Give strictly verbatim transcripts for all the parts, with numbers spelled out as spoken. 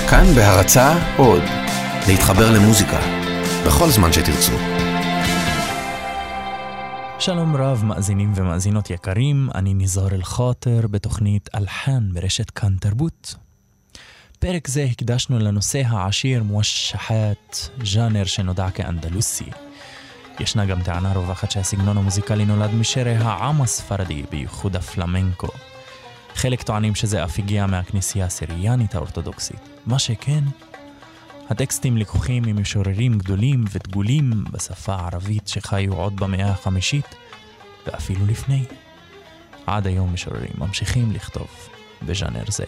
כאן בהרצאה עוד, להתחבר למוזיקה, בכל זמן שתרצו. שלום רב מאזינים ומאזינות יקרים, אני ניזאר אל-חאטר בתוכנית אלחן ברשת כאן תרבות. פרק זה הקדשנו לנושא העשיר מושחת, ז'אנר שנודע כאנדלוסי. ישנה גם טענה רווחת שהסגנון המוזיקלי נולד משרי העם הספרדי, בייחוד הפלמנקו. חלק טוענים שזה אף הגיע מהכנסייה הסיריאנית האורתודוקסית. מה שכן, הטקסטים לקוחים ממשוררים גדולים ודגולים בשפה הערבית שחיו עוד במאה החמישית, ואפילו לפני. עד היום משוררים ממשיכים לכתוב בז'אנר זה.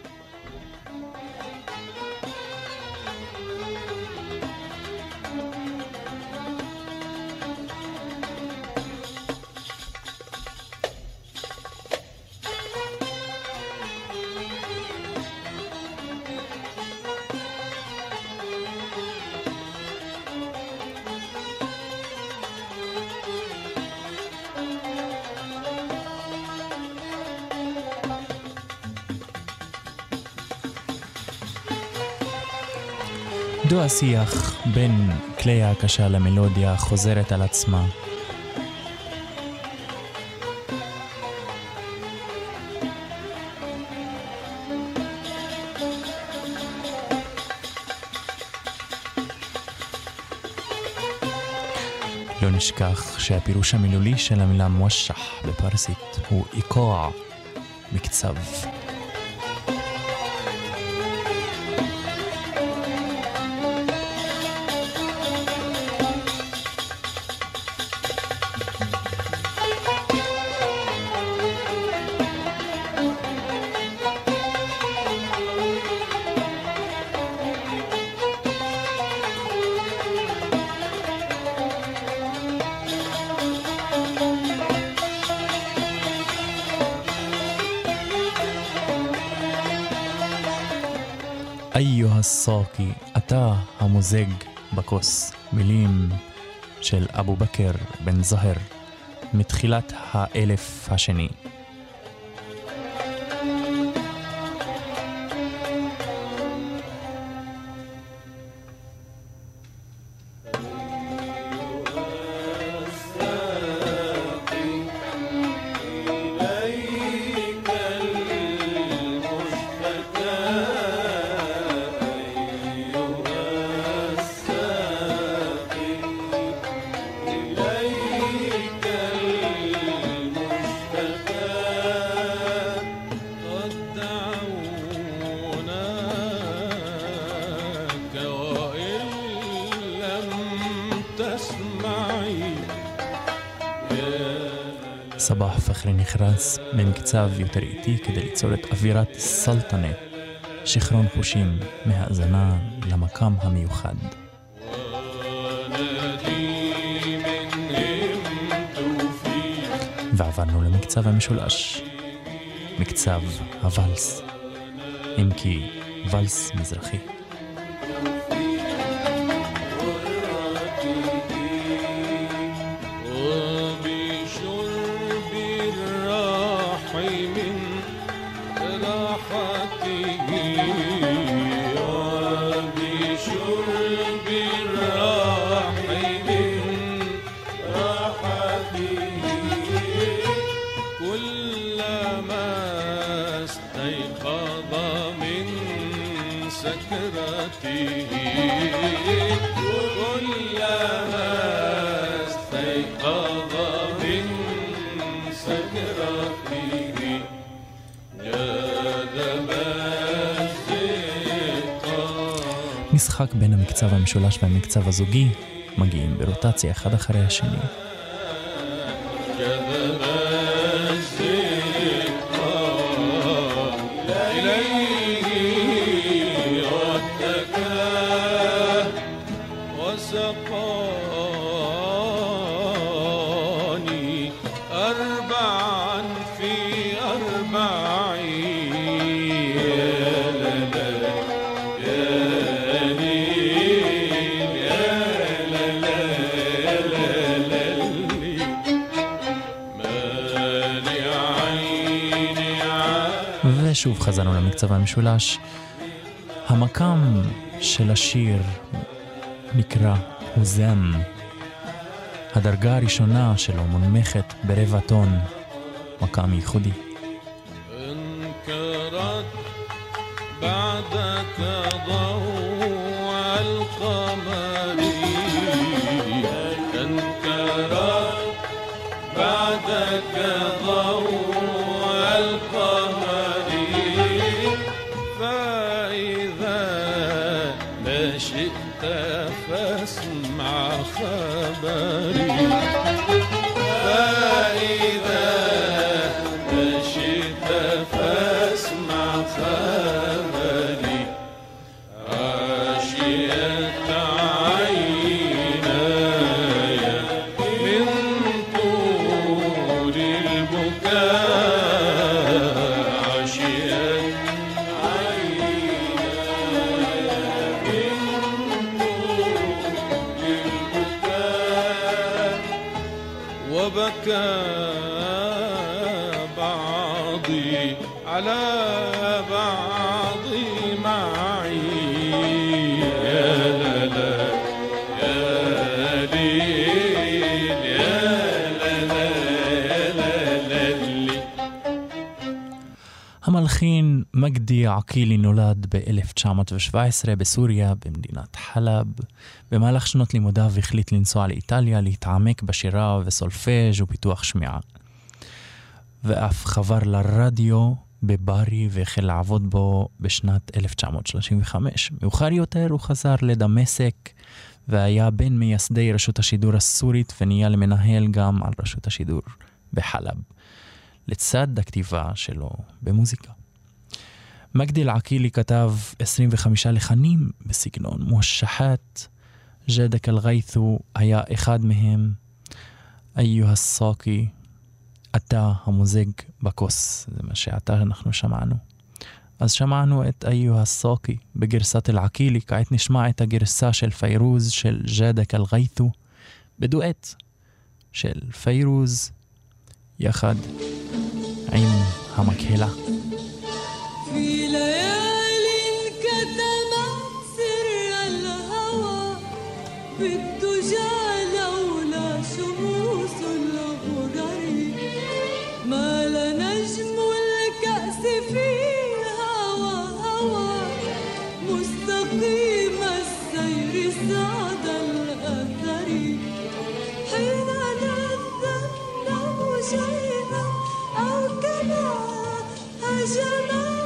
דו השיח בין כלי ההקשה למלודיה חוזרת על עצמה. לא נשכח שהפירוש המילולי של המילה מושח בפרסית הוא איקוע, מקצב. איוה הסאקי, אתה המוזג בכוס. מילים של אבו בכר בן זהר מתחילת האלף השני. סבח פחרי נחרס במקצב יותר איטי כדי ליצור את אווירת סלטנה, שכרון חושים מהאזנה למקם המיוחד. ועברנו למקצב המשולש, מקצב הוואלס, אם כי וואלס מזרחי. משחק בין המקצב המשולש והמקצב הזוגי מגיעים ברוטציה אחד אחרי השני. ושוב חזרנו למקצב המשולש. המקם של השיר נקרא הוזם. הדרגה הראשונה שלו מונמכת ברבע טון, מקם ייחודי. انكرت بعدك ضوء القمر انكرت بعدك ضوء القمر فإذا ما شئت فاسمع خبري فإذا ما شئت فاسمع خبري عاشية عيناي من طول البكاء عاشية وبكى بعضي على بعضي معي يا لا لا يا ليل يا لا لا لا لا لي. המלחין מגדי עקילי נולד ב-אלף תשע מאות שבע עשרה בסוריה, במדינת חלב. במהלך שנות לימודיו החליט לנסוע לאיטליה, להתעמק בשירה וסולפג' ופיתוח שמיעה. ואף חבר לרדיו בברי והחל לעבוד בו בשנת אלף תשע מאות שלושים וחמש. מאוחר יותר הוא חזר לדמשק והיה בין מייסדי רשות השידור הסורית ונהיה למנהל גם על רשות השידור בחלב, לצד הכתיבה שלו במוזיקה. מגדי עקילי כתב עשרים וחמישה לחנים בסגנון מושחת. ג'דק אל-גיית'ו היה אחד מהם. איו הסאקי, אתה המוזג בכוס, זה מה שעתה אנחנו שמענו. אז שמענו את איו הסאקי בגרסת אל-עקילי, כעת נשמע את הגרסה של פיירוז של ג'דק אל-גיית'ו בדואט של פיירוז יחד עם המקהלה. في ليال كتمت سر الهوى بالدجى لولا شموس الغرر مال نجم الكأس فيها وهوى مستقيم السير سعد الأثر حين لذ النوم شيئا أو كما هجم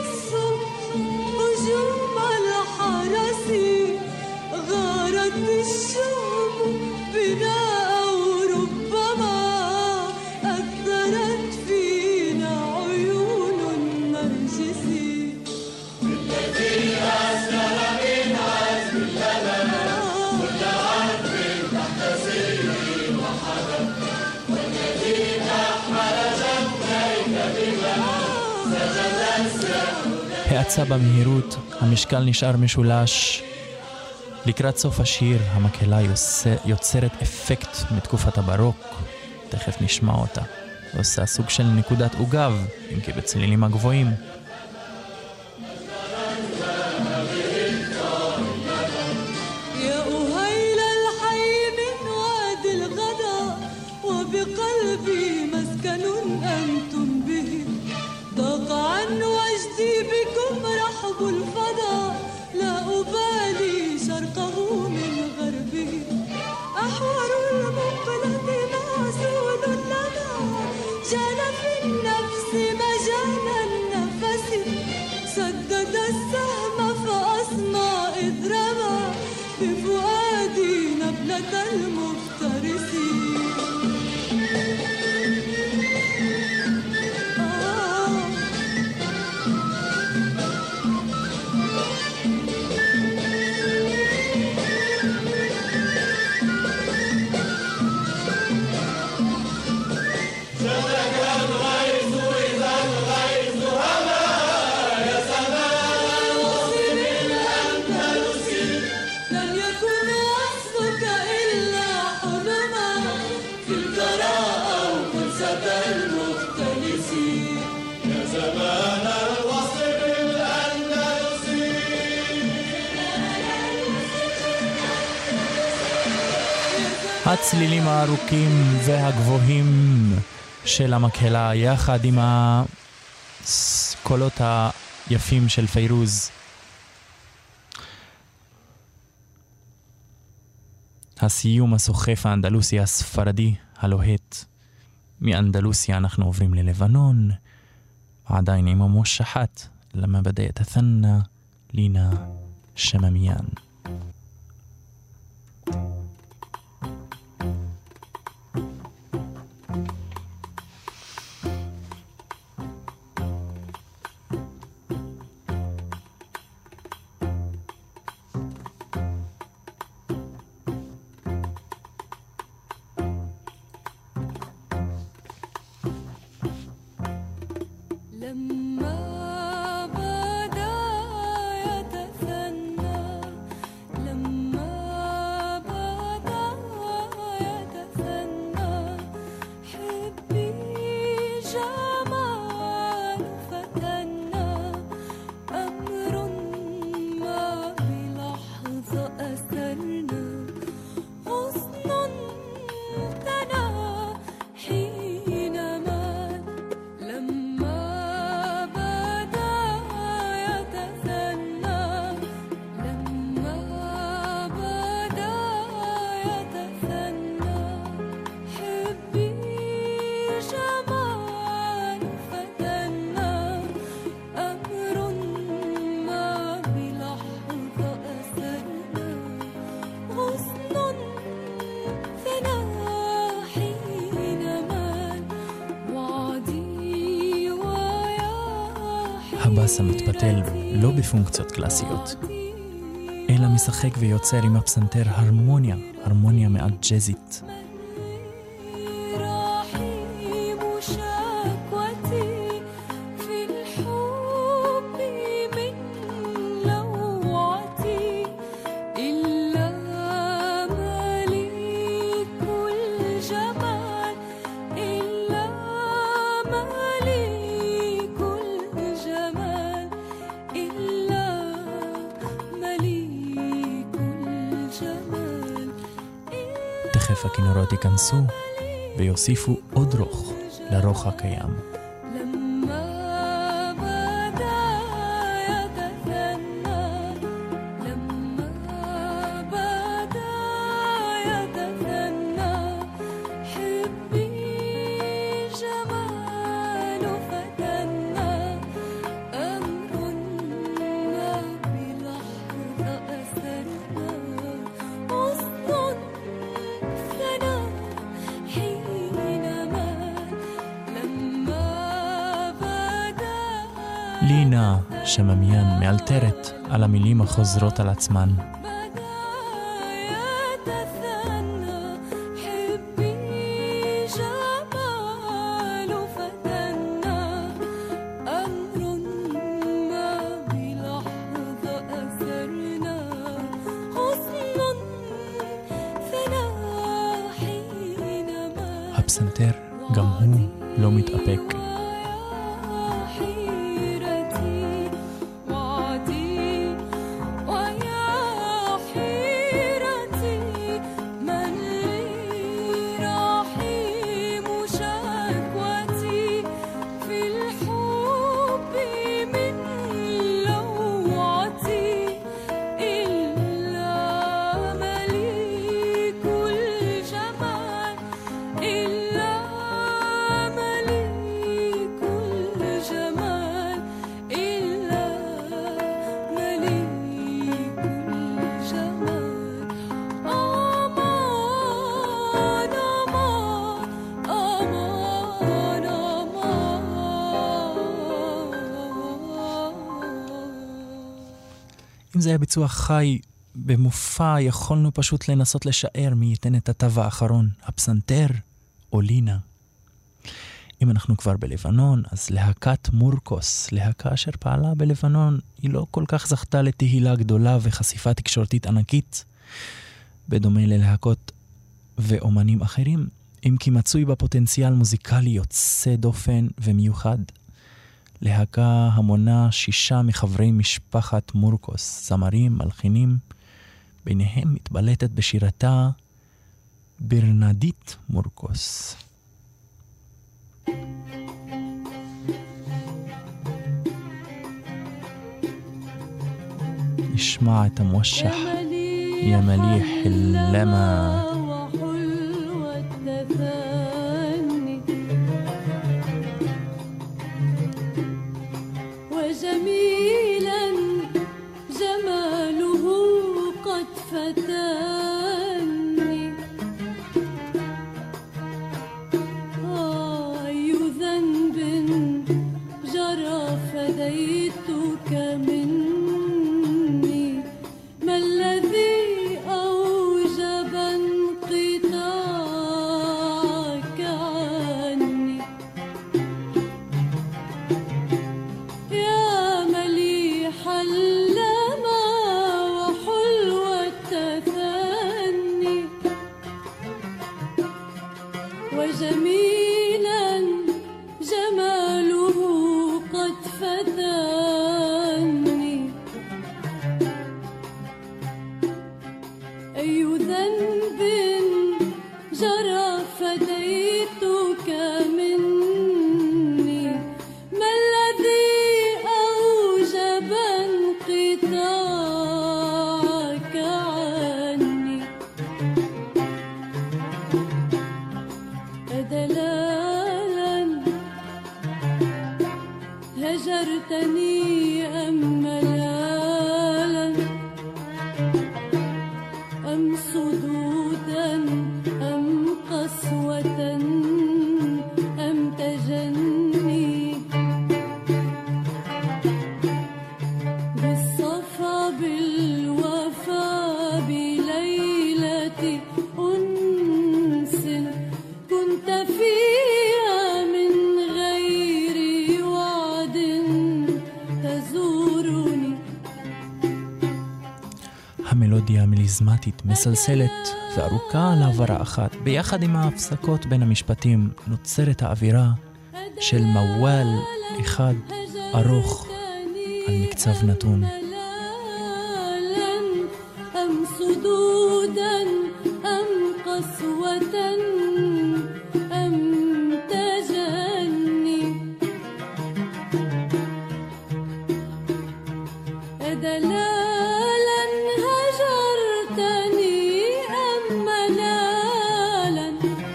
هجوم الحرس غارت الشوم بنا أو ربما أثرت فينا عيون النرجس الذي أسر من عزم اللبن كل عرض تحت سير وحرم والذي أحمل جنبيك بما سجد السر. האצה במהירות, המשקל נשאר משולש. לקראת סוף השיר המקהלה יוצרת אפקט מתקופת הברוק, תכף נשמע אותה. עושה סוג של נקודת עוגב, אם כי בצלילים הגבוהים. يا أهيل الحي من واد الغدا وبقلبي مسكن أنتم به ضاق عن وجدي بكم رحب الفضاء لا أبالي شرقه من غربه أحور المقلب معسول لنا جان في النفس مجال النفس سدد السهم فأسمع إذ رمى بفؤادي نبلة المفترس لن يكون وصفك إلا حلما في الكرم הצלילים הארוכים והגבוהים של המקהלה יחד עם הקולות היפים של פיירוז. הסיום הסוחף האנדלוסי הספרדי הלוהט. מאנדלוסיה אנחנו עוברים ללבנון, עדיין עם המושחת, למה בדי תתנה לינה שממיין. הבאס המתפתל לא בפונקציות קלאסיות, אלא משחק ויוצר עם הפסנתר הרמוניה, הרמוניה מעט ג'זית. תכף הכינורות ייכנסו ויוסיפו עוד רוך לרוך הקיים. לינה שממיין מאלתרת על המילים החוזרות על עצמן. הפסנתר גם הוא לא מתאפק. אם זה היה ביצוע חי במופע, יכולנו פשוט לנסות לשער מי ייתן את התו האחרון, הפסנתר או לינה. אם אנחנו כבר בלבנון, אז להקת מורקוס, להקה אשר פעלה בלבנון, היא לא כל כך זכתה לתהילה גדולה וחשיפה תקשורתית ענקית, בדומה ללהקות ואומנים אחרים, אם כי מצוי בפוטנציאל מוזיקלי יוצא דופן ומיוחד. להקה המונה שישה מחברי משפחת מורקוס, זמרים, מלחינים, ביניהם מתבלטת בשירתה ברנדית מורקוס. نسمع الموشح يا مليح اللمى وحلو التفاني وجميلا جماله قد فتاني أي ذنب جرى فديتك مني وجميلا جماله قد فتاني أي ذنب جرى فديتك مني ما الذي أوجب انقطاعك عني دلالا هجرتني أم ملالا أم صدودا أم قسوة أم تجني بالصفا بالوفا بليلة أنس كنت فيها من غير وعد تزورني. המלודיה המליזמטית מסלסלת וארוכה על העברה אחת. ביחד עם ההפסקות בין המשפטים נוצרת האווירה של מוואל אחד ארוך על מקצב נתון. أم صدودا أم قسوة أم تجني دلالا هجرتني أم ملالا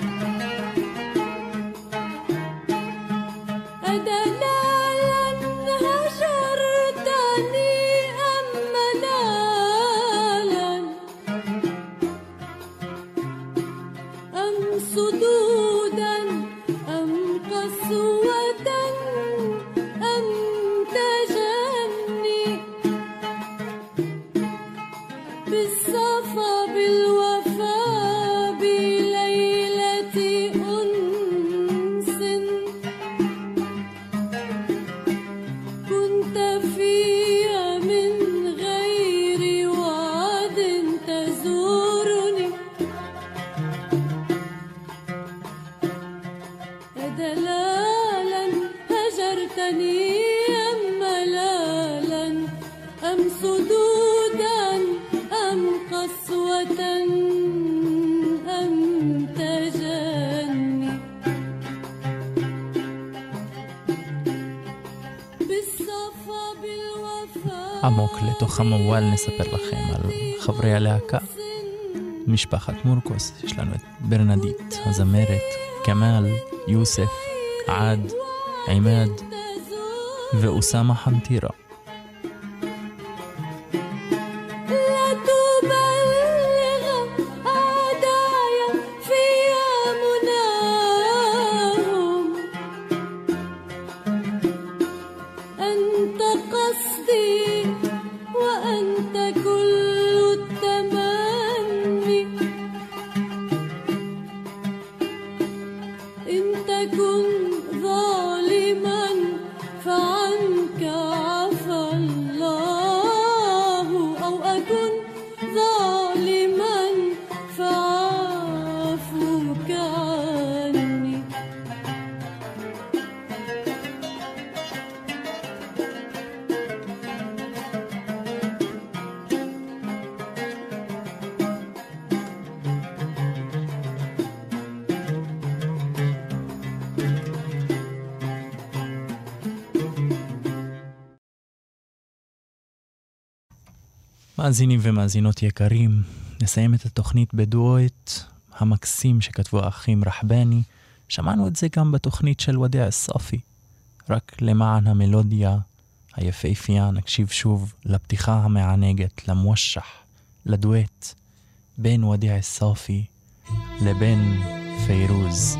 دلالا هجرتني أم ملالا أم صدودا أم قسوة أم تجني بالصفا بالوفا بليلة أنس كنت فيها من غير وعد تزورني دلالا هجرتني أم ملالا أم صدودا أم قسوة أم تجني بالصفا بالوفا עמוק לתוך המוואל נספר לכם על חברי הלהקה משפחת מורקוס. יש לנו את ברנדית הזמרת, כמאל, יוסף, עד, עימד ואוסמה חנטירה. لا تبلغ أعدايا فيها مناهم أنت قصدي وأنت كل التمني إن تكن ظالما فعنك عفو מאזינים ומאזינות יקרים, נסיים את התוכנית בדואט המקסים שכתבו האחים רחבני. שמענו את זה גם בתוכנית של ודיע א-סאפי. רק למען המלודיה היפהפייה נקשיב שוב לפתיחה המענגת, למושח, לדואט בין ודיע א-סאפי לבין פיירוז.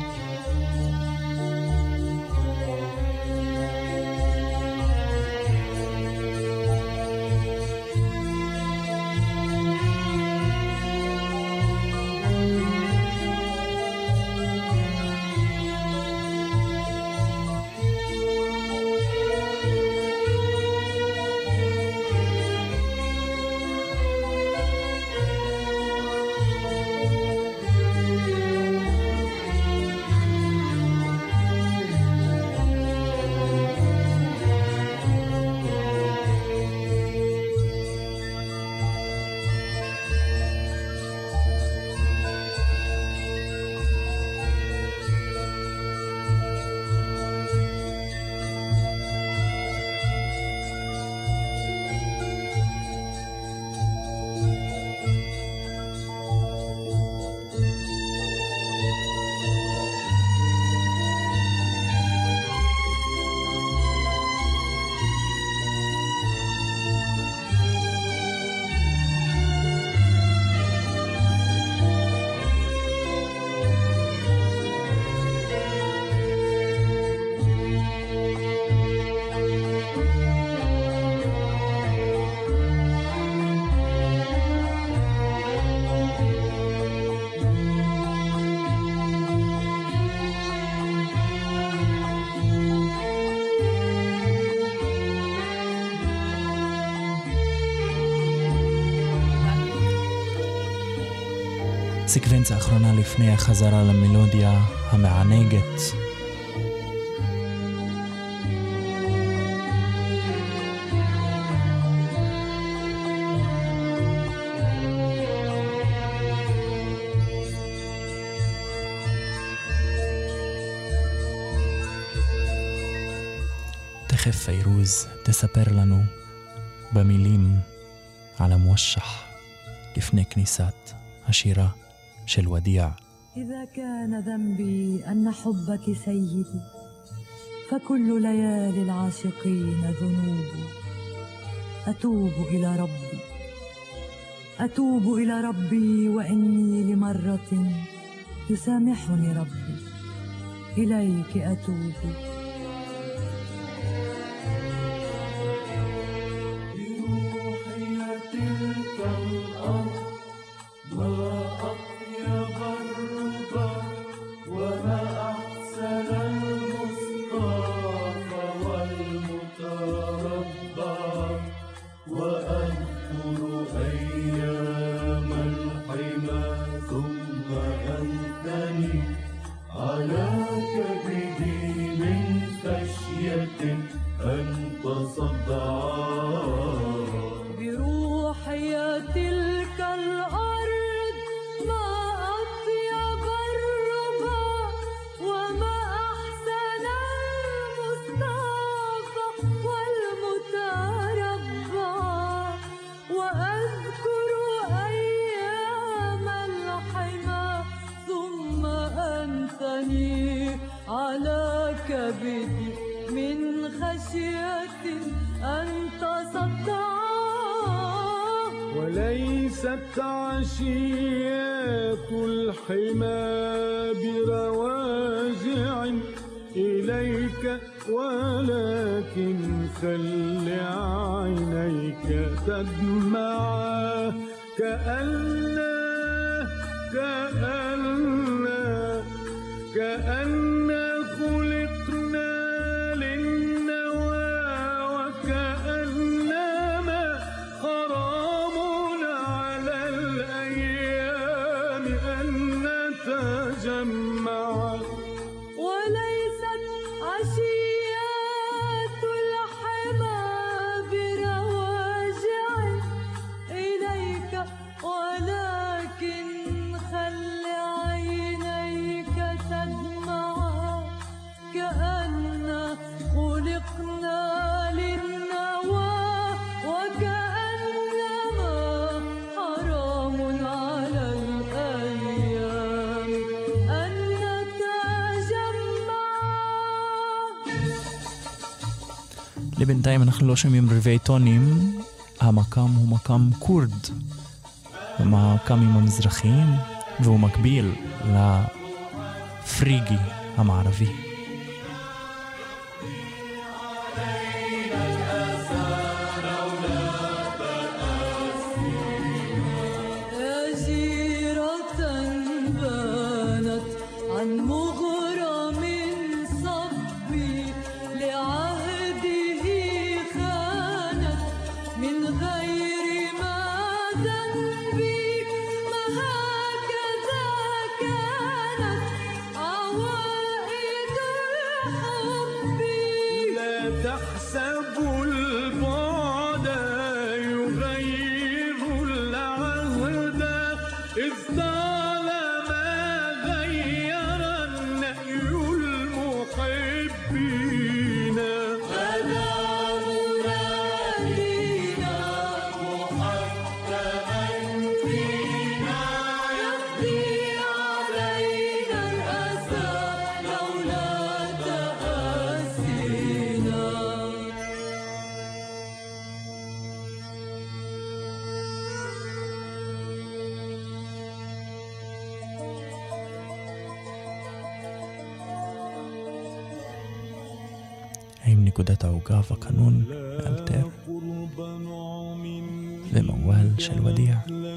סקוונציה האחרונה לפני החזרה למלודיה המענגת. תכף פיירוז תספר לנו במילים על המושח לפני כניסת השירה של ודיע. إذا كان ذنبي أن حبك سيدي فكل ليالي العاشقين ذنوب. أتوب إلى ربي أتوب إلى ربي وإني لمرة يسامحني ربي إليك أتوب. وليست عشيات الحمى برواجع إليك ولكن خل عينيك تدمع كأن كأن كأن خلقنا للنوى وكأنما حرام على الأيام أن نتجمع. وليست عشيات الحمى برواجع إليك ولكن خل عينيك تدمع לבינתיים אנחנו לא שומעים רבעי טונים, המקם הוא מקם קורד, המקמים המזרחיים, והוא מקביל לפריגי המערבי. האם נקודת העוגה והקנון מאלתר ומוואל של ודיע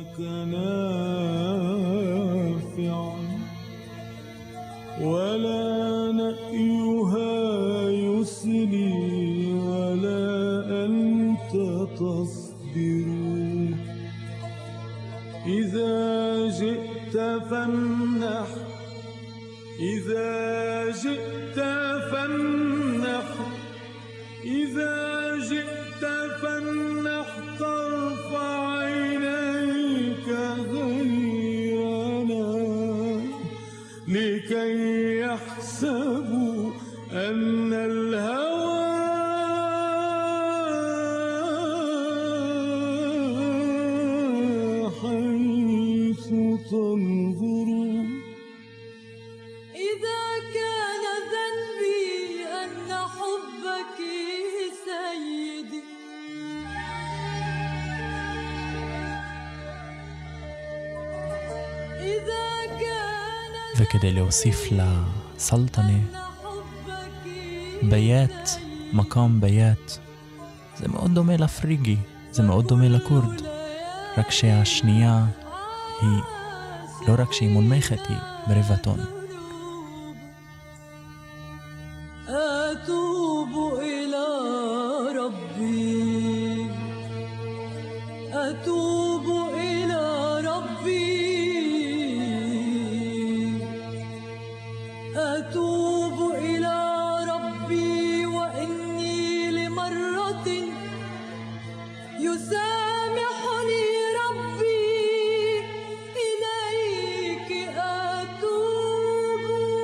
ولا نأيها يسلي ولا أنت تصبر إذا جئت فامنح إذا جئت فامنح إذا جئت فامنح ترفع عينيك غيرنا لكي يحسبوا أن الهوى حيث تنظر إذا كان ذنبي أن حبك سيدي إذا كان וכדי להוסיף לסלטנה ביית, מקום ביית, זה מאוד דומה לפריגי, זה מאוד דומה לקורד, רק שהשנייה היא לא רק שהיא מונמכת, היא ברבע טון. أتوب إلى ربي أتوب إلى ربي أتوب إلى ربي وإني لمرة يسامحني ربي إليك أتوب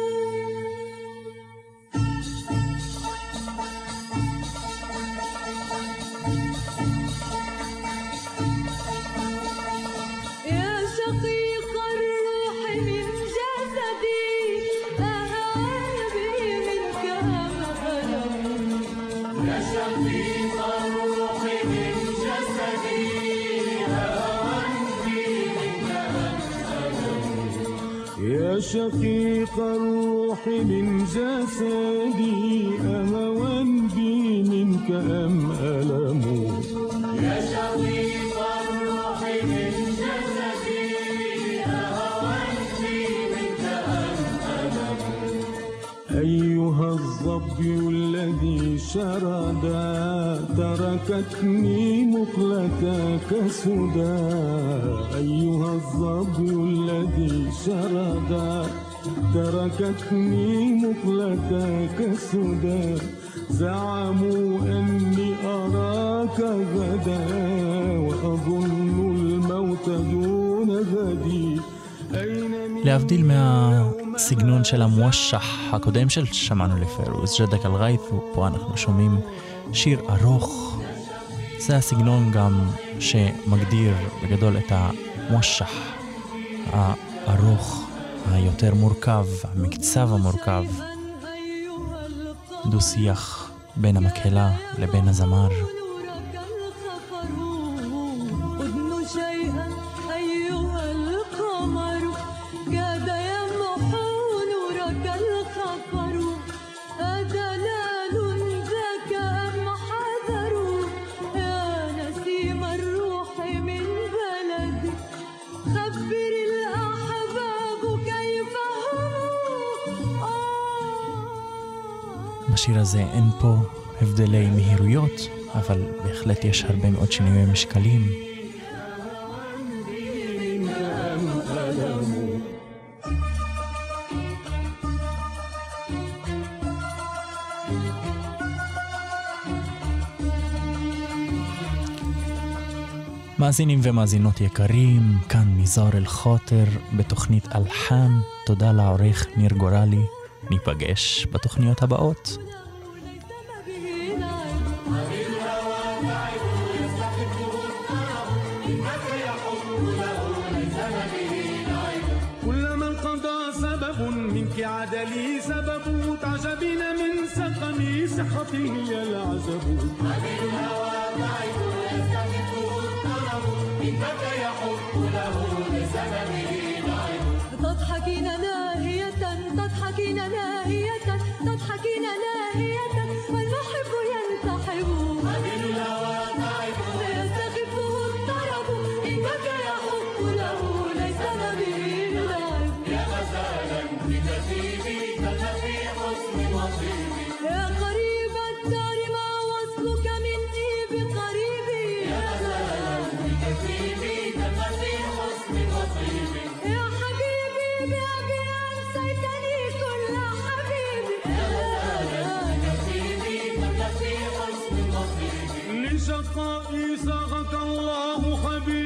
يا شقيق الروح من جسدي أهابي منك أمهلم يا شقيق الروح من جسدي يا شقيق الروح من جسدي أهوى بي منك أم ألم يا شقيق الروح من جسدي أهوى بي منك أم ألم أيها الظبي الذي شردا تركتني مقلتك سدا أيها الظبي الذي شردا تركتني مقلتك سدا زعموا أني أراك غدا وأظن الموت دون غدي להבדיל מהסגנון של המושח הקודם של שמענו לפרוס, ג'דק אל-ג'יית', ופה אנחנו שומעים שיר ארוך. זה הסגנון גם שמגדיר בגדול את המושח הארוך, היותר מורכב, המקצב המורכב, דו שיח בין המקהלה לבין הזמר. نورك الخفر أدن شيئا أيها القمر كاد يمحو نورك الخفر أدلال ذاك أم حذر يا نسيم الروح من بلدك خبر الأحباب كيف هم בשיר הזה אין פה הבדלי מהירויות, אבל בהחלט יש הרבה מאוד שינויי משקלים. מאזינים ומאזינות יקרים, כאן ניזאר אל-חאטר בתוכנית אלחן. תודה לעורך ניר גורלי. ניפגש בתוכניות הבאות. كلما انقضى سبب منك عاد لي سبب تعجبين من سقمي صحتي هي العزب حبيب الهوى ضعيف يستخفه الطلب إنك يحب له لسببه ضعيف تضحكين ناهية تضحكين ناهية تضحكين ناهية والمحب يلتحب حبيب الهوى ضعيف يستخفه الطرب إنك يحب له ليس به لعب يا غزالا بكثيبي كتفي حسن وطيبي يا قريب الدار ما وصلك مني بقريبي يا غزالا بكثيبي كتفي حسن وطيبي يا حبيبي بأبي أنسيتني كل حبيبي كثيبي كتفي حسن وطيبي لشقائي ساقك الله حبيبي